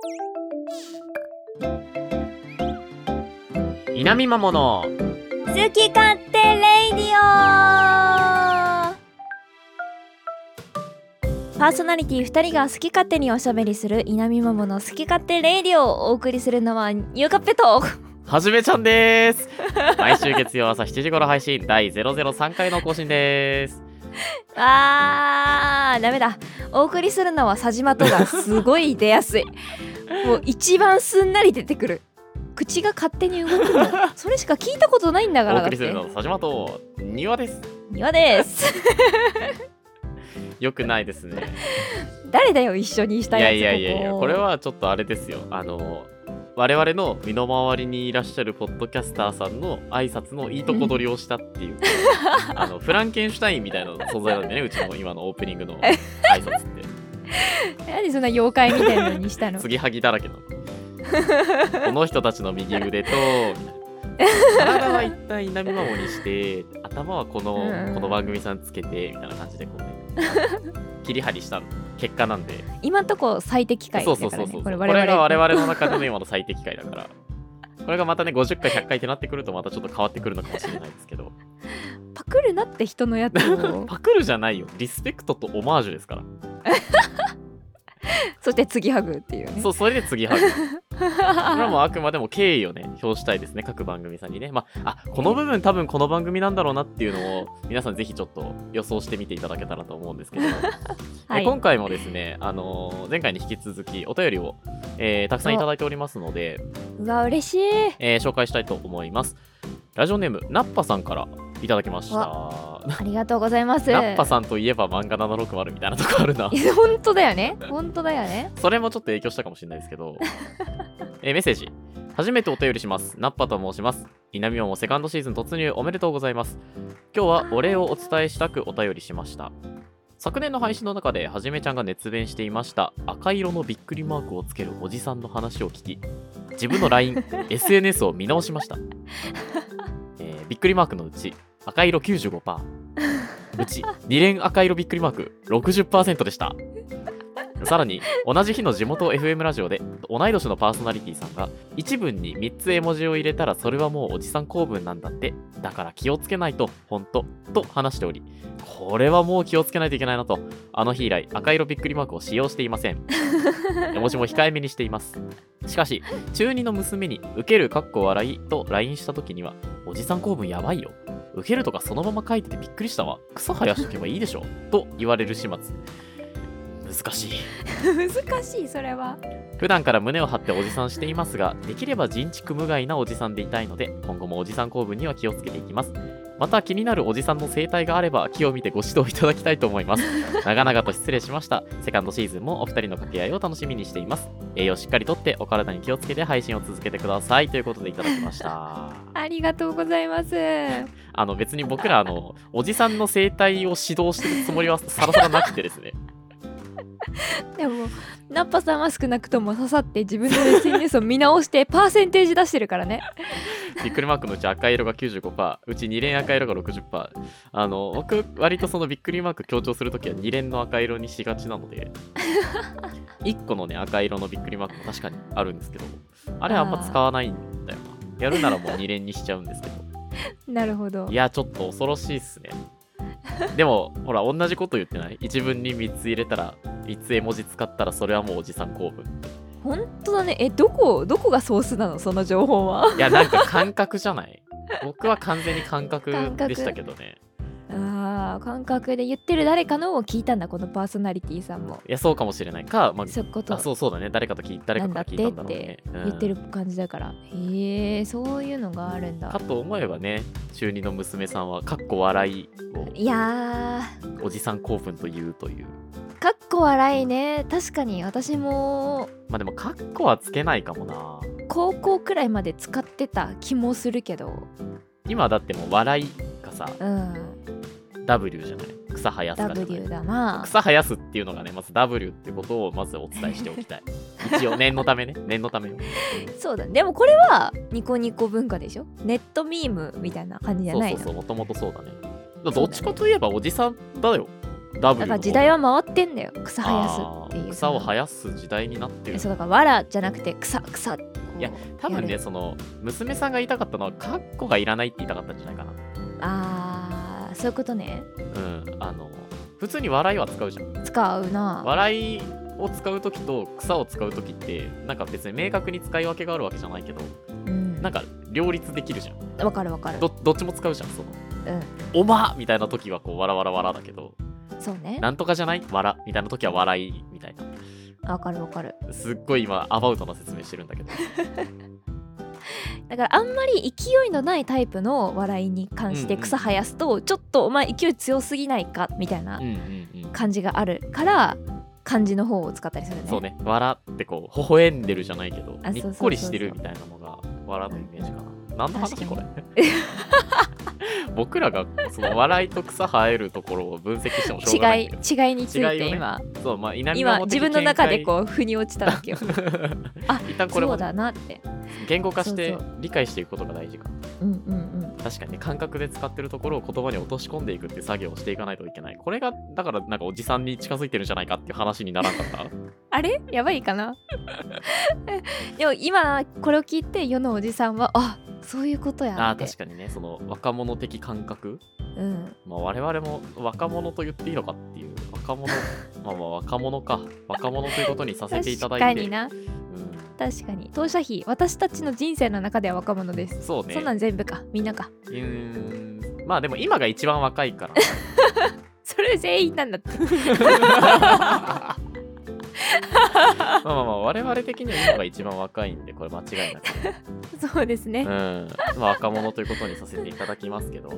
南マモの好き勝手レイディオ。パーソナリティ2人が好き勝手におしゃべりする南マモの好き勝手レイディオをお送りするのはニューカッペとはじめちゃんです。毎週月曜朝7時頃配信第003回の更新です。 ダメだ。お送りするのは佐島とがすごい出やすい。もう一番すんなり出てくる。口が勝手に動くのそれしか聞いたことないんだから。 お送りするのは佐島と庭です。 庭ですよくないですね。 誰だよ一緒にしたやつ。 いやこれはちょっとあれですよ。我々の身の回りにいらっしゃるポッドキャスターさんの挨拶のいいとこ取りをしたっていうフランケンシュタインみたいな存在なんでね、うちの今のオープニングの挨拶ってなんでそんな妖怪みたいなのにしたの継ぎはぎだらけのこの人たちの右腕と体は一旦稲見マモにして頭はこの番組さんつけてみたいな感じでこうね切り張りした結果なんで、 今んとこ最適解だからね。 これが我々の中での今の最適解だからこれがまたね50回100回ってなってくるとまたちょっと変わってくるのかもしれないですけどパクるなって人のやつをパクるじゃないよ、リスペクトとオマージュですからそして継ぎはぐっていうね。 それで継ぎはぐこれはもうあくまでも敬意をね表したいですね、各番組さんにね。この部分多分この番組なんだろうなっていうのを皆さんぜひちょっと予想してみていただけたらと思うんですけど、はい、今回もですね、前回に引き続きお便りを、たくさんいただいておりますので、 うわ嬉しい、 紹介したいと思います。ラジオネームナッパさんからいただきました。 ありがとうございます。 ナッパさんといえば漫画760みたいなとこあるな。 本当だよね。本当だよね。 それもちょっと影響したかもしれないですけどメッセージ。初めてお便りします。ナッパと申します。南マモセカンドシーズン突入おめでとうございます。今日はお礼をお伝えしたくお便りしました。昨年の配信の中ではじめちゃんが熱弁していました赤色のびっくりマークをつけるおじさんの話を聞き、自分の LINE、SNS を見直しました。びっくりマークのうち赤色 95%、 うち2連赤色びっくりマーク 60% でした。さらに同じ日の地元 FM ラジオで同い年のパーソナリティさんが一文に3つ絵文字を入れたらそれはもうおじさん構文なんだって、だから気をつけないと本当と話しており、これはもう気をつけないといけないなと、あの日以来赤色びっくりマークを使用していません。絵文字も控えめにしています。しかし中2の娘に受けるかっこ笑いと LINE した時には、おじさん構文やばいよ、受けるとかそのまま書いててびっくりしたわ、草生やしとけばいいでしょと言われる始末。難しい難しい。それは普段から胸を張っておじさんしていますが、できれば人畜無害なおじさんでいたいので、今後もおじさん構文には気をつけていきます。また気になるおじさんの生態があれば気を見てご指導いただきたいと思います。長々と失礼しました。セカンドシーズンもお二人の掛け合いを楽しみにしています。栄養しっかりとってお体に気をつけて配信を続けてくださいということでいただきました。 ありがとうございます。 別に僕らおじさんの生態を指導してるつもりはさらさらなくてですねでもナッパさんは少なくとも刺さって自分の SNS を見直してパーセンテージ出してるからね。 びっくりマークのうち赤色が 95%、 うち2連赤色が 60%。 僕割とそのびっくりマーク強調するときは2連の赤色にしがちなので1個のね赤色のびっくりマークも確かにあるんですけど、あれはあんま使わないんだよな。やるならもう2連にしちゃうんですけどなるほど。 いやちょっと恐ろしいっすね。でもほら同じこと言ってない？一文に3つ入れたら3つ絵文字使ったらそれはもうおじさん構文。 ほんとだね。どこがソースなのその情報は。 いやなんか感覚じゃない？僕は完全に感覚でしたけどね。 感覚で言ってる誰かのを聞いたんだ、このパーソナリティさんも。 いやそうかもしれないか、 そういうこと。 そうだね、誰かから聞いたんだろうね。 なんだってって言ってる感じだから、へえ、そういうのがあるんだかと思えばね、中2の娘さんはかっこ笑いをいやおじさん興奮というかっこ笑いね。確かに私もでもかっこはつけないかもな。 高校くらいまで使ってた気もするけど、 今だってもう笑いがさ、W じゃない、草生やすからじゃない。 W だな。 草生やすっていうのがね、まず W ってことをまずお伝えしておきたい一応念のためね、念のためよ。 そうだ、でもこれはニコニコ文化でしょ。ネットミームみたいな感じじゃないの。 そうもともとそうだね。どっちかといえばおじさんだよ。 ダブルの方だから時代は回ってんだよ、草生やすっていう。 草を生やす時代になってる。 そうだからわらじゃなくて草いや多分ね、 やるその娘さんが言いたかったのはカッコがいらないって言いたかったんじゃないかな。 そういうことね。 普通に笑いは使うじゃん。 使うな。 笑いを使う時と草を使う時ってなんか別に明確に使い分けがあるわけじゃないけど、なんか両立できるじゃん。 わかるわかる。 どっちも使うじゃん。そのうん、 おまみたいな時はこうわらわらわらだけど、 そうね。 なんとかじゃないわらみたいな時は笑いみたいな。 わかるわかる。 すっごい今アバウトな説明してるんだけどだからあんまり勢いのないタイプの笑いに関して草生やすとちょっとお前勢い強すぎないかみたいな感じがあるから漢字の方を使ったりするね。 そうね、笑ってこう微笑んでるじゃないけどあにっこりしてるみたいなのが笑のイメージかな。何の話これ僕らがその笑いと草生えるところを分析してもしょうがないんだけど違いについて違いをね今、 そう、まあ、 今自分の中でこう腑に落ちただけよあ、 一旦これもそうだなって言語化してそう理解していくことが大事か。 うんうんうん。 確かにね、感覚で使ってるところを言葉に落とし込んでいくっていう作業をしていかないといけない。これがだからなんかおじさんに近づいてるんじゃないかっていう話にならんかったあれやばいかなでも今これを聞いて世のおじさんはそういうことやって。 確かにね、その若者的感覚、 うん我々も若者と言っていいのかっていう若者若者ということにさせていただいて。 確かにな、確かに当社費私たちの人生の中では若者です。 そうね。 そんなん全部かみんなか。 まあでも今が一番若いからそれ全員なんだって我々的には今が一番若いんでこれ間違いなくそうですね。 若者ということにさせていただきますけど、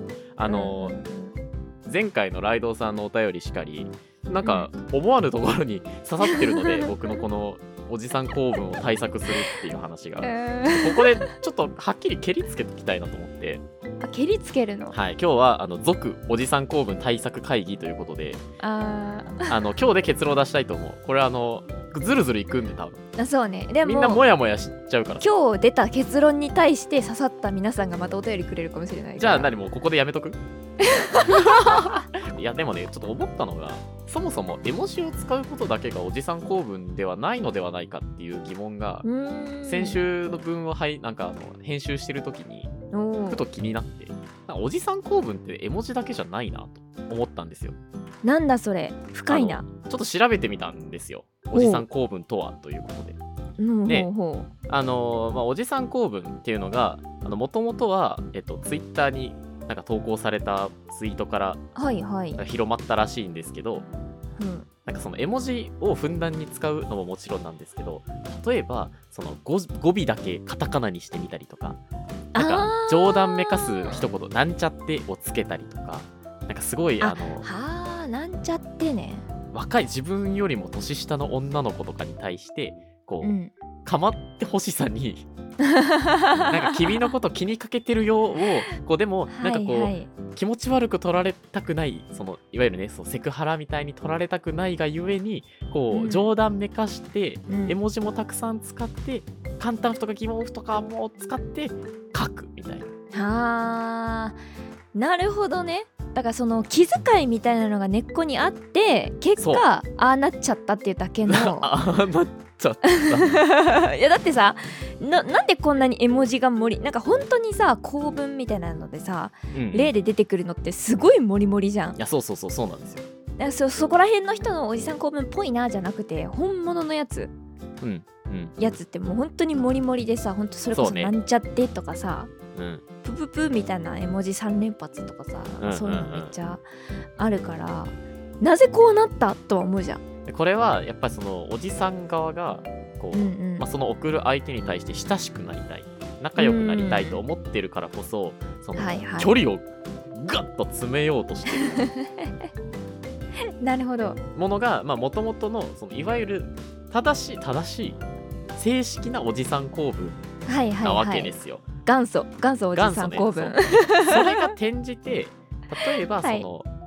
前回のライドウさんのお便りしかりなんか思わぬところに刺さってるので、僕のこのおじさん構文を対策するっていう話が、ここでちょっとはっきり蹴りつけておきたいなと思って。 蹴りつけるの。 はい、今日は続おじさん構文対策会議ということで、今日で結論を出したいと思う。これずるずるいくんで多分。 そうね。でもみんなモヤモヤしちゃうから。 今日出た結論に対して刺さった皆さんがまたお便りくれるかもしれないから。 じゃあ何もうここでやめとくいやでもね、ちょっと思ったのが、そもそも絵文字を使うことだけがおじさん構文ではないのではないかっていう疑問が先週の文をなんか編集してる時にふと気になって、なんかおじさん構文って絵文字だけじゃないなと思ったんですよ。 なんだそれ、深いな。 ちょっと調べてみたんですよ。おじさん構文とはということで。で、おじさん構文っていうのがもともとはツイッターになんか投稿されたツイートから広まったらしいんですけど、なんかその絵文字をふんだんに使うのももちろんなんですけど、例えばその語尾だけカタカナにしてみたりとか、なんか冗談めかす一言なんちゃってをつけたりとか、なんかすごいなんちゃってね、 若い自分よりも年下の女の子とかに対してこう、かまってほしさになんか君のこと気にかけてるよをこうでもなんかこう、気持ち悪く取られたくない、そのいわゆるね、そうセクハラみたいに取られたくないがゆえにこう、冗談めかして、絵文字もたくさん使って簡単符とか疑問符とかも使って書くみたいな。 なるほどね。だからその気遣いみたいなのが根っこにあって結果ああなっちゃったっていうだけのああなっちゃったいやだってさ、なんでこんなに絵文字がなんか本当にさ構文みたいなのでさ、例で出てくるのってすごいモリモリじゃん。 いやそうなんですよ。 だからそこら辺の人のおじさん構文っぽいなじゃなくて本物のやつ、やつってもう本当にモリモリでさ、本当それこそなんちゃってとかさ、プププみたいな絵文字3連発とかさ、そういうのめっちゃあるから、なぜこうなったとは思うじゃん。 これはやっぱりそのおじさん側がこう、その送る相手に対して親しくなりたい、仲良くなりたいと思ってるからこそ、その距離をガッと詰めようとしてるなるほどものがもともとのそのいわゆる正しい正式なおじさん構文なわけですよ。 元祖おじさん構文、 それが転じて例えばその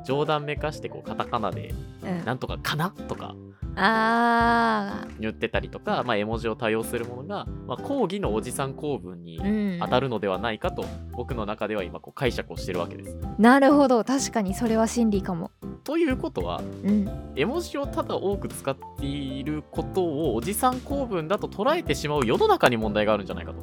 冗談めかしてこうカタカナでなんとかかなとか言ってたりとか、絵文字を多用するものが、講義のおじさん構文に当たるのではないかと、僕の中では今こう解釈をしてるわけです。 なるほど、確かにそれは真理かも。 ということは、絵文字をただ多く使っていることをおじさん構文だと捉えてしまう世の中に問題があるんじゃないかと。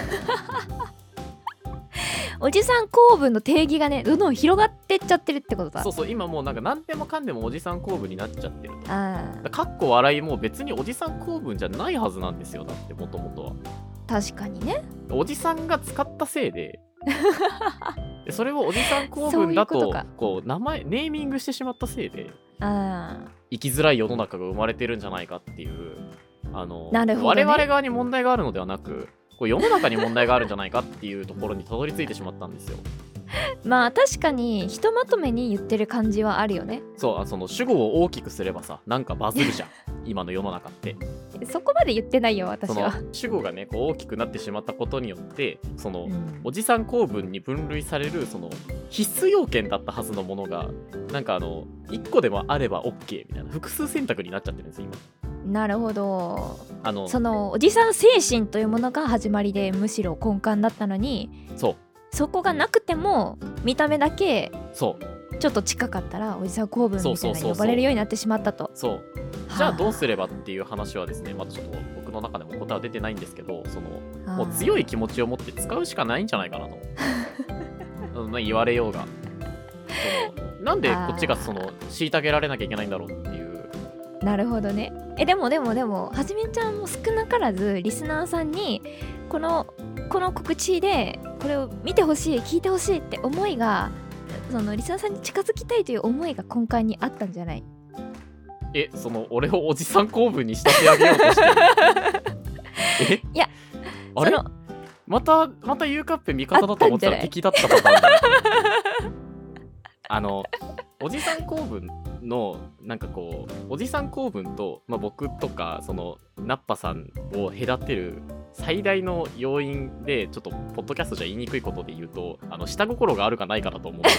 おじさん構文の定義がね、どんどん広がってっちゃってるってことだ。 そうそう、今もうなんか何でもかんでもおじさん構文になっちゃってる。かっこ笑いも別におじさん構文じゃないはずなんですよ。だってもともとは。 確かにね。 おじさんが使ったせいでそれをおじさん構文だとこうネーミングしてしまったせいで生きづらい世の中が生まれてるんじゃないかっていう、 なるほどね、 我々側に問題があるのではなく、こう世の中に問題があるんじゃないかっていうところにたどり着いてしまったんですよ。 確かにひとまとめに言ってる感じはあるよね。 そう、その主語を大きくすればさ、なんかバズるじゃん今の世の中って。 そこまで言ってないよ私は。 その主語がねこう大きくなってしまったことによってその、おじさん構文に分類されるその必須要件だったはずのものがなんか1個でもあれば OK みたいな複数選択になっちゃってるんですよ今。 なるほど。そのおじさん精神というものが始まりでむしろ根幹だったのに、そこがなくても見た目だけちょっと近かったらおじさん構文みたいな呼ばれるようになってしまったと。 じゃあどうすればっていう話はですね、まだちょっと僕の中でも答えは出てないんですけど、そのもう強い気持ちを持って使うしかないんじゃないかなと言われようがなんでこっちがその虐げられなきゃいけないんだろうっていう。 なるほどね。でもはじめちゃんも少なからずリスナーさんにこの告知でこれを見てほしい聞いてほしいって思いが、そのリスナーさんに近づきたいという思いが根幹にあったんじゃない？ その俺をおじさん構文に仕立て上げようとしてるいやあれまたユーカッペ味方だと思ったら敵だったパターンだねおじさん構文のなんかこうおじさん構文と、僕とかそのナッパさんを隔てる最大の要因で、ちょっとポッドキャストじゃ言いにくいことで言うと下心があるかないかだと思う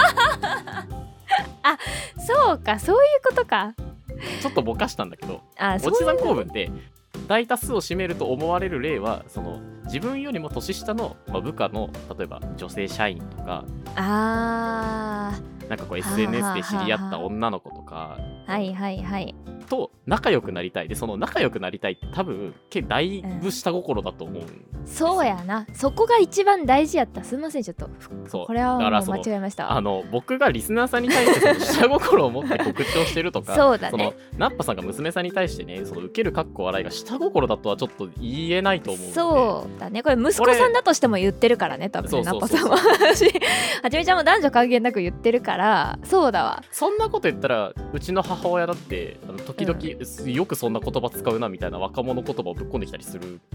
あ、そうか、そういうことか。 ちょっとぼかしたんだけど、おじさん構文って大多数を占めると思われる例はその自分よりも年下の、部下の例えば女性社員とか、なんかこう SNS で知り合った女の子とかと仲良くなりたい。でその仲良くなりたいって多分だいぶ下心だと思う、 そうやな、そこが一番大事やった。すいません、ちょっとこれはもう間違えました。 僕がリスナーさんに対してその下心を持って告知をしてるとかそうだね、 そのナッパさんが娘さんに対してね、その受けるかっこ笑いが下心だとはちょっと言えないと思うので。 そうだね、これ息子さんだとしても言ってるからね、多分ね、ナッパさんは。はじめちゃんも男女関係なく言ってるから、そうだわ。 そんなこと言ったらうちの母親だって時々、よくそんな言葉使うなみたいな若者言葉をぶっ込んできたりする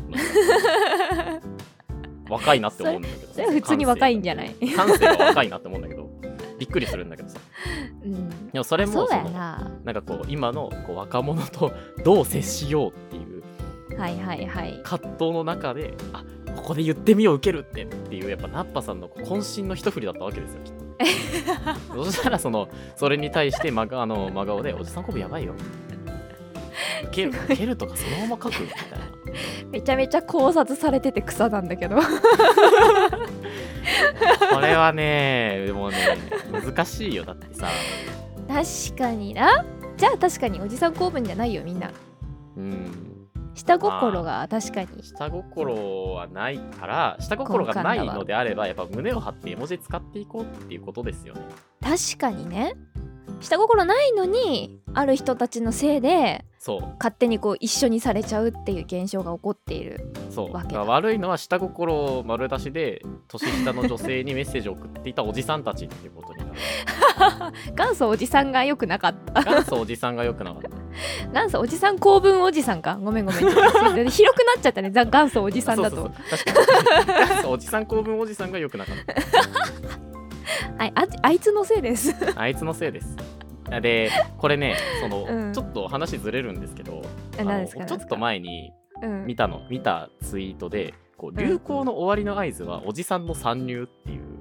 若いなって思うんだけど、 それは普通に若いんじゃない？ 感性が若いなって思うんだけどびっくりするんだけどさ、でもそれもそうやな、 なんかこう今のこう若者とどう接しようっていう葛藤の中で、ここで言ってみよう、受けるっていうやっぱナッパさんの渾身の一振りだったわけですよきっとそしたらそれに対して真顔でおじさん構文やばいよ、受けるとかそのまま書くみたいなめちゃめちゃ考察されてて草なんだけどこれはね、でもね難しいよ。だってさ、 確かにな。じゃあ確かにおじさん構文じゃないよみんな。下心が確かに、 下心はないから、下心がないのであればやっぱ胸を張って絵文字使っていこうっていうことですよね。 確かにね、下心ないのにある人たちのせいで勝手にこう一緒にされちゃうっていう現象が起こっているわけだ。 悪いのは下心丸出しで年下の女性にメッセージを送っていたおじさんたちっていうことになる元祖おじさんが良くなかった。 元祖おじさんが良くなかった元祖おじさん構文おじさんか。ごめん広くなっちゃったね、元祖おじさんだと。 確かに元祖おじさん構文おじさんが良くなかったあいつのせいですあいつのせいです。でこれねちょっと話ずれるんですけど、ちょっと前に見たツイートでこう流行の終わりの合図はおじさんの参入っていう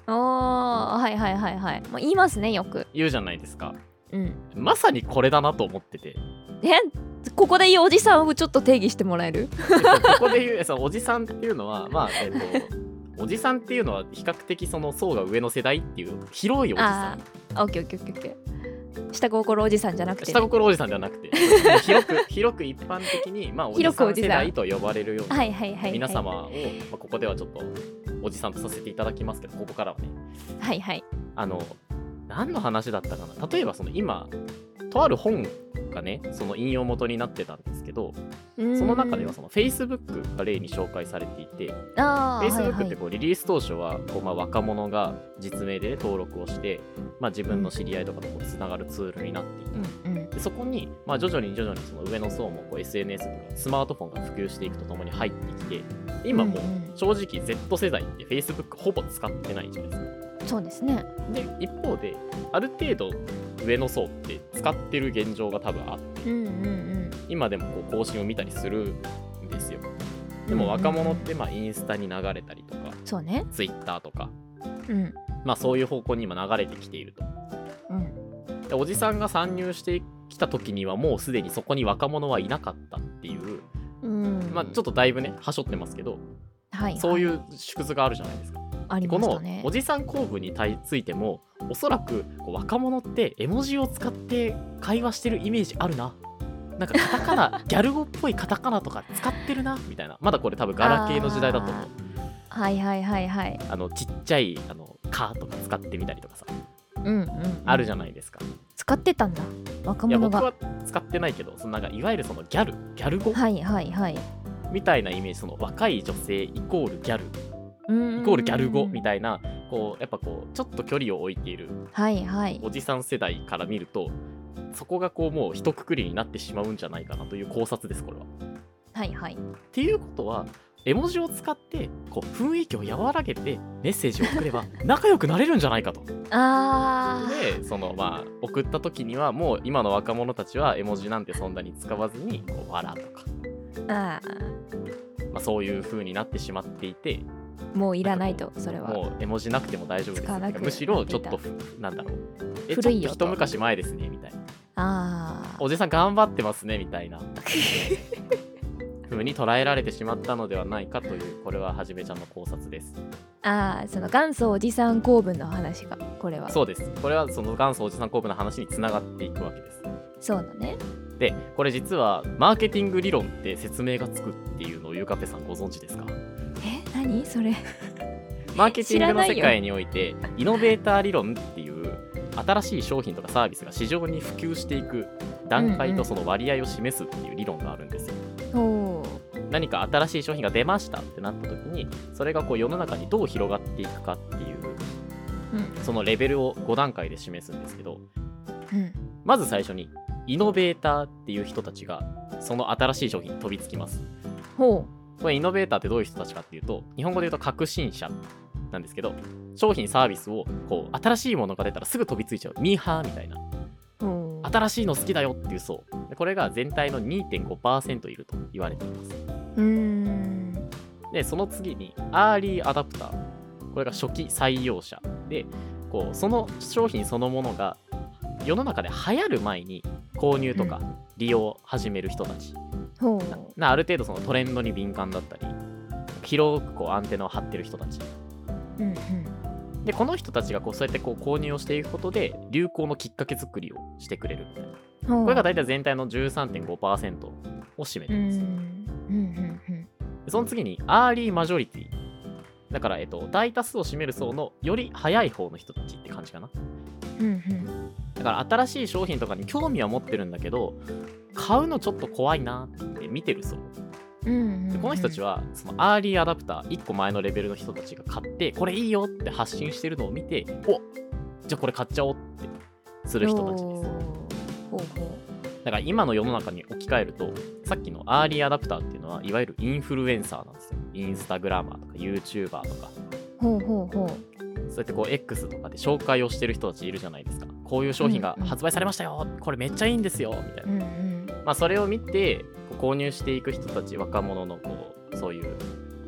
はいはいはいはい、まあ、言いますね、よく言うじゃないですか。 うん、 まさにこれだなと思ってて。 ここで言うおじさんをちょっと定義してもらえる？ ここで言うそのおじさんっていうのはまあおじさんっていうのは比較的その層が上の世代っていう広いおじさん。 オッケーオッケーオッケー。下心おじさんじゃなくて、ね、 下心おじさんじゃなくて広く一般的に、まあ、おじさん世代と呼ばれるような皆様を、まあ、ここではちょっとおじさんとさせていただきますけど、ここからはね、 はいはい、 何の話だったかな。例えばその今とある本がねその引用元になってたんですけど、その中ではその Facebook が例に紹介されていて、Facebook ってこうリリース当初はこうまあ若者が実名で登録をして、まあ、自分の知り合いとかとこうつながるツールになっていて、でそこにまあ徐々にその上の層もこう SNS とかスマートフォンが普及していくとともに入ってきて、今もう正直 Z 世代って Facebook ほぼ使ってないじゃないですか。 そうですね。 で一方である程度上の層って使ってる現状が多分あって、今でもこう更新を見たりするんですよ。でも若者ってまあインスタに流れたりとか、 そうね、 ツイッターとか、まあそういう方向に今流れてきていると、でおじさんが参入してきた時にはもうすでにそこに若者はいなかったっていう、まあちょっとだいぶねはしょってますけど、そういう縮図があるじゃないですか。 ありましたね。 このおじさん構文についてもおそらくこう若者って絵文字を使って会話してるイメージあるな、なんかカタカナギャル語っぽいカタカナとか使ってるなみたいな。まだこれ多分ガラケーの時代だと思う。 はいはいはいはい。 ちっちゃいカとか使ってみたりとかさ、あるじゃないですか。 使ってたんだ若者が。 いや僕は使ってないけど、そのなんかいわゆるそのギャル語、みたいなイメージ、その若い女性イコールギャルイコールギャル語みたいな、こうやっぱこうちょっと距離を置いているおじさん世代から見ると、そこがこうもう一括りになってしまうんじゃないかなという考察です、これは。っていうことは絵文字を使ってこう雰囲気を和らげてメッセージを送れば仲良くなれるんじゃないかと。でそのまあ送った時にはもう今の若者たちは絵文字なんてそんなに使わずにこう笑とか、まあ、そういう風になってしまっていて、 もういらないと。それはもう絵文字なくても大丈夫です。むしろちょっとなんだろう、 古いよちょっと一昔前ですねみたいな、おじさん頑張ってますねみたいな風に捉えられてしまったのではないかという、これははじめちゃんの考察です。 その元祖おじさん構文の話が、これはそうです。これはその元祖おじさん構文の話につながっていくわけです。 そうだね。 でこれ実はマーケティング理論って説明がつくっていうのをゆうかぺさんご存知ですか？ 何それマーケティングの世界においてイノベーター理論っていう新しい商品とかサービスが市場に普及していく段階とその割合を示すっていう理論があるんですよ。何か新しい商品が出ましたってなった時に、それがこう世の中にどう広がっていくかっていう、そのレベルを5段階で示すんですけど、まず最初にイノベーターっていう人たちがその新しい商品に飛びつきます。これイノベーターってどういう人たちかっていうと、日本語で言うと革新者なんですけど、商品サービスをこう新しいものが出たらすぐ飛びついちゃうミーハーみたいな、新しいの好きだよっていう層、これが全体の 2.5% いると言われています。でその次にアーリーアダプター、これが初期採用者で、こうその商品そのものが世の中で流行る前に購入とか利用を始める人たち、ある程度そのトレンドに敏感だったり広くこうアンテナを張ってる人たち、でこの人たちがこうそうやってこう購入をしていくことで流行のきっかけ作りをしてくれるみたいな、これが大体全体の 13.5% を占めています。その次にアーリーマジョリティ、だから大多数を占める層のより早い方の人たちって感じかな。だから新しい商品とかに興味は持ってるんだけど買うのちょっと怖いなって見てる層、でこの人たちはそのアーリーアダプター1個前のレベルの人たちが買ってこれいいよって発信してるのを見て、じゃあこれ買っちゃおうってする人たちです。だから今の世の中に置き換えると、さっきのアーリーアダプターっていうのはいわゆるインフルエンサーなんですよ。インスタグラマーとか YouTuber とか、そうやってこう X とかで紹介をしてる人たちいるじゃないですか。こういう商品が発売されましたよ、これめっちゃいいんですよみたいな、まあそれを見て購入していく人たち、若者のこうそういう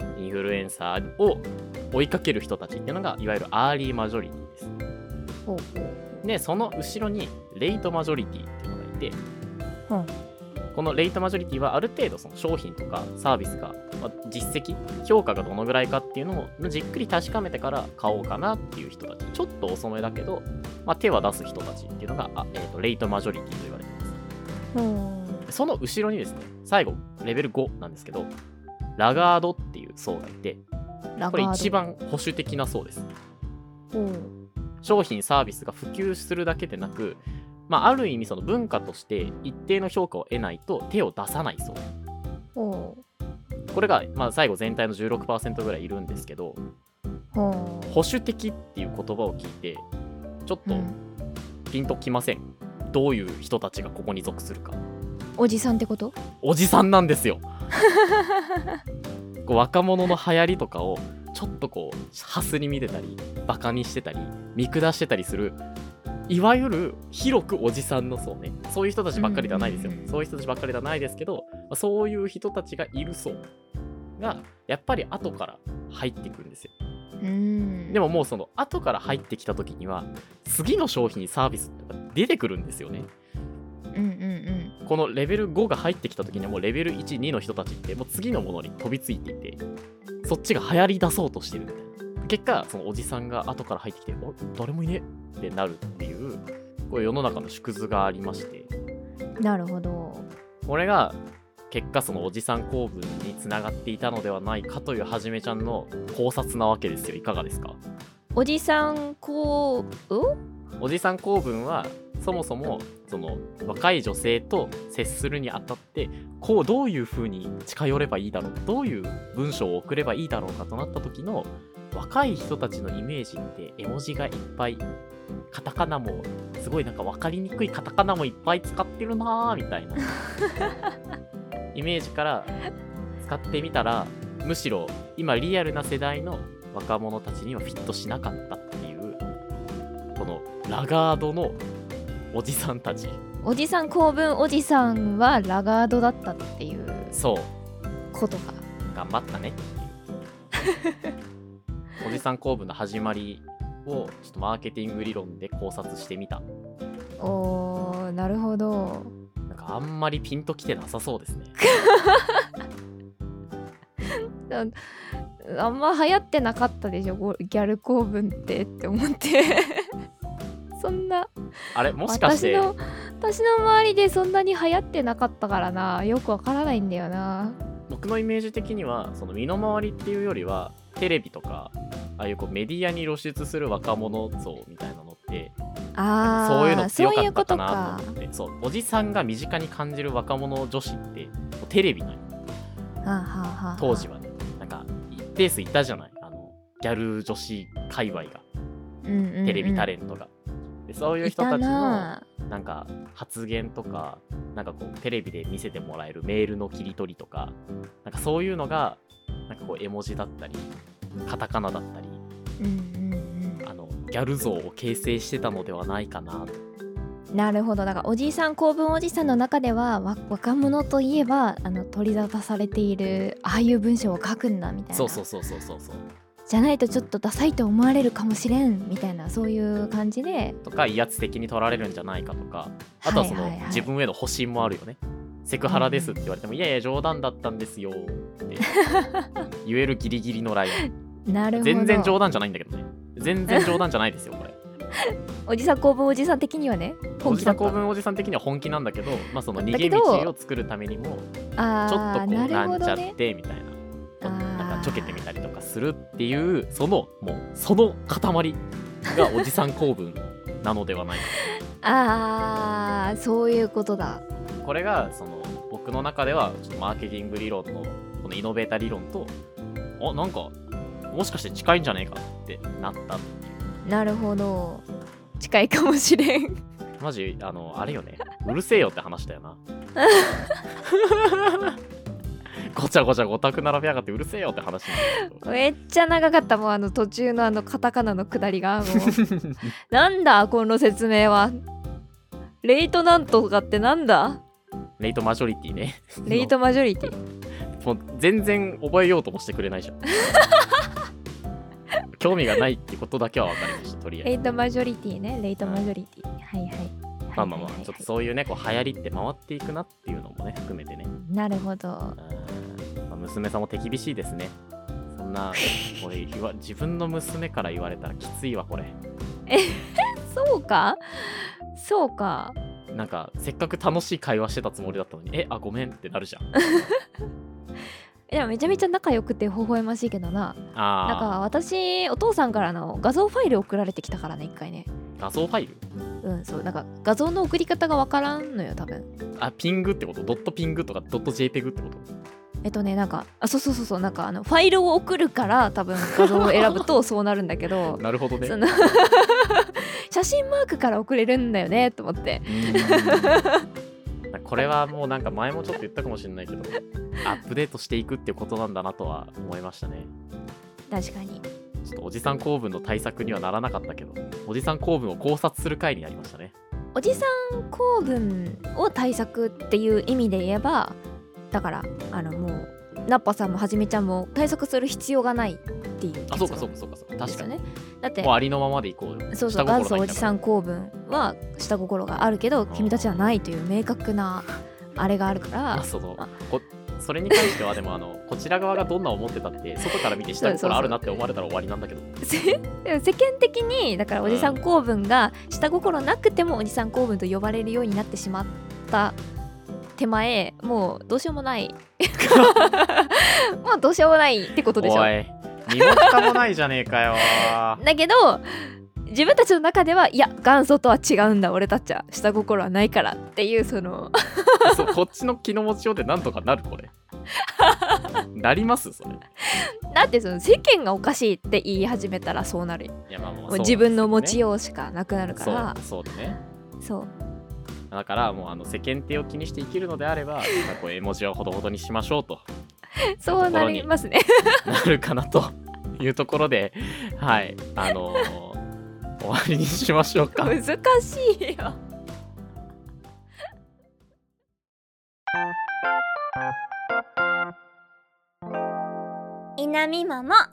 インフルエンサーを追いかける人たちっていうのがいわゆるアーリーマジョリティです。 ほうほう。 でその後ろにレイトマジョリティっていうのがいて、 うん、 このレイトマジョリティはある程度その商品とかサービスが、実績評価がどのぐらいかっていうのをじっくり確かめてから買おうかなっていう人たち、ちょっと遅めだけど、手は出す人たちっていうのがレイトマジョリティと言われてます。その後ろにですね、最後レベル5なんですけど、ラガードっていう層がいて、これ一番保守的な層です。商品サービスが普及するだけでなく、ある意味その文化として一定の評価を得ないと手を出さない層。これが最後全体の 16% ぐらいいるんですけど、保守的っていう言葉を聞いてちょっとピンときません？どういう人たちがここに属するか。 おじさんってこと？ おじさんなんですよ。若者の流行りとかをちょっとハスに見てたりバカにしてたり見下してたりする、いわゆる広くおじさんの層ね。そういう人たちばっかりではないですよ。そういう人たちばっかりではないですけど、そういう人たちがいる層がやっぱり後から入ってくるんですよ。でももうその後から入ってきた時には次の商品サービスとか出てくるんですよね。このレベル5が入ってきた時にはもうレベル1、2の人たちってもう次のものに飛びついていて、そっちが流行り出そうとしてるみたいな。結果そのおじさんが後から入ってきて誰もいねってなるっていう、これ世の中の縮図がありまして。 なるほど。 これが結果そのおじさん構文につながっていたのではないかというはじめちゃんの考察なわけですよ。いかがですか？ おじさん構文はそもそもその若い女性と接するにあたってどういう風に近寄ればいいだろう、どういう文章を送ればいいだろうかとなった時の若い人たちのイメージって絵文字がいっぱい、カタカナもすごいなんか分かりにくいカタカナもいっぱい使ってるなーみたいなイメージから使ってみたら、むしろ今リアルな世代の若者たちにはフィットしなかったっていう、このラガードのおじさんたち。 おじさん構文おじさんはラガードだったっていうことか。 頑張ったねっていうおじさん構文の始まりをちょっとマーケティング理論で考察してみた。 なるほど。 なんかあんまりピンときてなさそうですね。 あんま流行ってなかったでしょギャル構文って思ってそんなあれもしかして私の周りでそんなに流行ってなかったからな、よくわからないんだよな。 僕のイメージ的にはその身の回りっていうよりはテレビとかああいうメディアに露出する若者像みたいなのってそういうの強かったかなと思って。そう、おじさんが身近に感じる若者女子ってテレビなの。当時はね、なんか一定数いたじゃない、ギャル女子界隈が、テレビタレントが。でそういう人たちのなんか発言とか、なんかテレビで見せてもらえるメールの切り取りとか、なんかそういうのがなんか絵文字だったりカタカナだったり、ギャル像を形成してたのではないかな。 なるほど。だからおじさん構文おじさんの中では若者といえば取り沙汰されているああいう文章を書くんだみたいな。 そうじゃないとちょっとダサいと思われるかもしれんみたいな、そういう感じでとか威圧的に取られるんじゃないかとか、あとはその、自分への保身もあるよね。セクハラですって言われても、いやいや冗談だったんですよって言えるギリギリのライン。なるほど。 全然冗談じゃないんだけどね。全然冗談じゃないですよこれ。 おじさん構文おじさん的にはね、 おじさん構文おじさん的には本気なんだけど、その逃げ道を作るためにもちょっとなんちゃってみたいな、なんかちょけてみたりとかするっていう、その塊がおじさん構文なのではないか。 そういうことだ。 これがその僕の中ではちょっとマーケティング理論のこのイノベータ理論となんかもしかして近いんじゃねえかってなったっていう。 なるほど、近いかもしれん。 マジあれよね、うるせえよって話だよな。ごちゃごちゃごたく並びやがってうるせえよって話なんだけど、 めっちゃ長かった。もう途中のカタカナの下りがもうなんだこの説明は。レイトなんとかってなんだ。 レイトマジョリティね。 レイトマジョリティもう全然覚えようともしてくれないじゃん興味がないってことだけは分かりました。とりあえずレイトマジョリティね。レイトマジョリティ、はいはい。 まあまあまあ、ちょっとそういうね、こう流行りって回っていくなっていうのもね含めてね。 なるほど。 まあ、娘さんも手厳しいですね。そんなこれ自分の娘から言われたらきついわこれ。 そうかそうか。 なんかせっかく楽しい会話してたつもりだったのに、あ、ごめんってなるじゃん。 でもめちゃめちゃ仲良くて微笑ましいけどな。なんか私お父さんからの画像ファイル送られてきたからね、一回ね。 画像ファイル？ うん、そう、なんか画像の送り方がわからんのよ多分。 あ、ピングってこと？ドットピングとかドット JPEG ってこと？ なんかそうなんかファイルを送るから多分画像を選ぶとそうなるんだけどなるほどね。 写真マークから送れるんだよねと思って。 これはもうなんか前もちょっと言ったかもしれないけどアップデートしていくっていうことなんだなとは思いましたね。 確かに。 ちょっとおじさん構文の対策にはならなかったけど、おじさん構文を考察する回になりましたね。 おじさん構文を対策っていう意味で言えば、だからもうナッパさんもはじめちゃんも対策する必要がないっていう。 あ、そうか確かに、だってもうありのままでいこうよ。 そう元祖おじさん構文は下心があるけど君たちはないという明確なあれがあるから。 それに関してはでもこちら側がどんな思ってたって外から見て下心あるなって思われたら終わりなんだけど。 でも世間的にだからおじさん構文が下心なくてもおじさん構文と呼ばれるようになってしまった手前、もうどうしようもないもうどうしようもないってことでしょ。 おい、身も蓋もないじゃねえかよだけど自分たちの中ではいや元祖とは違うんだ、俺たちは下心はないからっていうそうこっちの気の持ちようでなんとかなるこれなりますそれ。 だって世間がおかしいって言い始めたらそうなるよ。 いや、まあもう自分の持ちようしかなくなるから。 そうだね。 そうだからもう世間体を気にして生きるのであればこう絵文字はほどほどにしましょうとそうなりますねなるかなというところで、はい終わりにしましょうか。 難しいよ。南ママ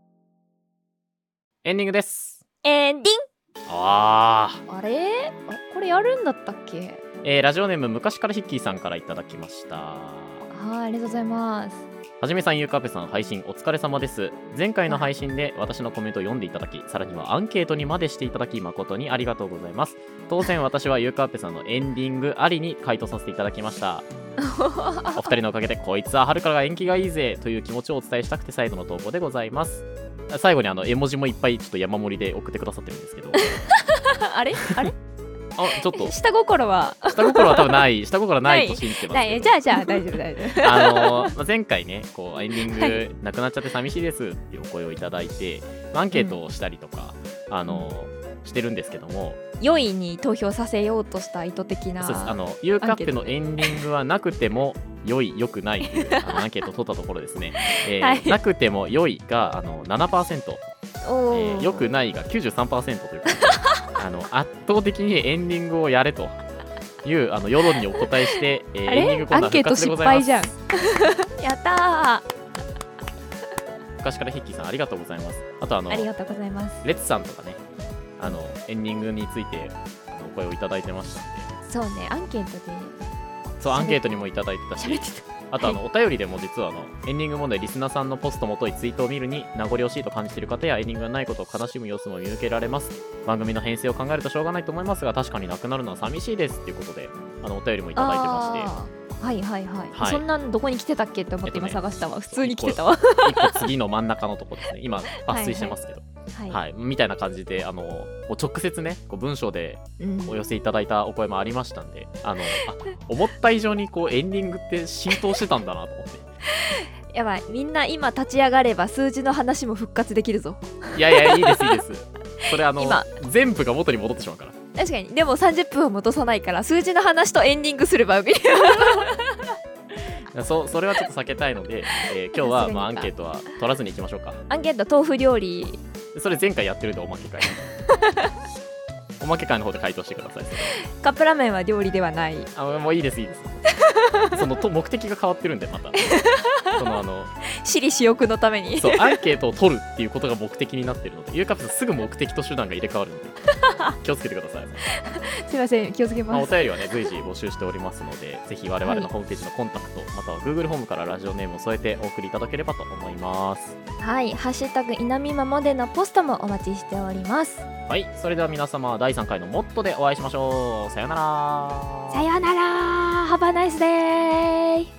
エンディングです。 エンディンあれこれやるんだったっけ。 ラジオネーム昔からヒッキーさんからいただきました。 はい、ありがとうございます。 はじめさん、ゆうかぺさん、配信お疲れ様です。前回の配信で私のコメントを読んでいただき、さらにはアンケートにまでしていただき誠にありがとうございます。当然私はゆうかぺさんのエンディングありに回答させていただきましたお二人のおかげでこいつは春からが延期がいいぜという気持ちをお伝えしたくて再度の投稿でございます。最後に絵文字もいっぱいちょっと山盛りで送ってくださってるんですけどあれちょっと下心は多分ない下心ないと信じてますけどじゃあ大丈夫前回ねこうエンディングなくなっちゃって寂しいですっていうお声をいただいて、アンケートをしたりとか、してるんですけども、 良いに投票させようとした意図的な。 そうです。ゆうかっぺのエンディングはなくても良い良くないというアンケートを取ったところですね、はい、なくても良いが7%、良くないが 93% ということで圧倒的にエンディングをやれという世論にお答えして、エンディングコーナー復活でございます。 アンケート失敗じゃんやったー。 昔からヒッキーさんありがとうございます。あとありがとうございます。 レッツさんとかねエンディングについてお声をいただいてましたので。 そうね、アンケートでアンケートにもいただいてたし、あとお便りでも実はエンディング問題リスナーさんのポストもといツイートを見るに名残惜しいと感じている方やエンディングがないことを悲しむ様子も見受けられます。番組の編成を考えるとしょうがないと思いますが確かになくなるのは寂しいですっていうことでお便りもいただいてまして、 はい、そんなんどこに来てたっけって思って今探したわ、普通に来てたわ。 一個次の真ん中のとこですね。今抜粋してますけどはい、みたいな感じで直接ね文章でお寄せいただいたお声もありましたんで、思った以上にエンディングって浸透してたんだなと思ってやばい、みんな今立ち上がれば数字の話も復活できるぞ。 いやいいですそれ全部が元に戻ってしまうから。 確かに、でも30分は戻さないから数字の話とエンディングする番組それはちょっと避けたいので、今日はアンケートは取らずにいきましょうか。 アンケート豆腐料理、 それ前回やってるんでおまけ会おまけ会の方で回答してください。 カップラーメンは料理ではない。 もういいですその目的が変わってるんでまたその私利私欲のためにそうアンケートを取るっていうことが目的になってるので、ゆうかぴさんすぐ目的と手段が入れ替わるので気をつけてください。 すいません、気をつけます。 お便りはね随時募集しておりますので、ぜひ我々のホームページのコンタクト、または Google ホームからラジオネームを添えてお送りいただければと思います。 はい、ハッシュタグいなみまもでのポストもお待ちしております。 はい、それでは皆様第3回のモットでお会いしましょう。さよなら。 さよなら。Have a nice day.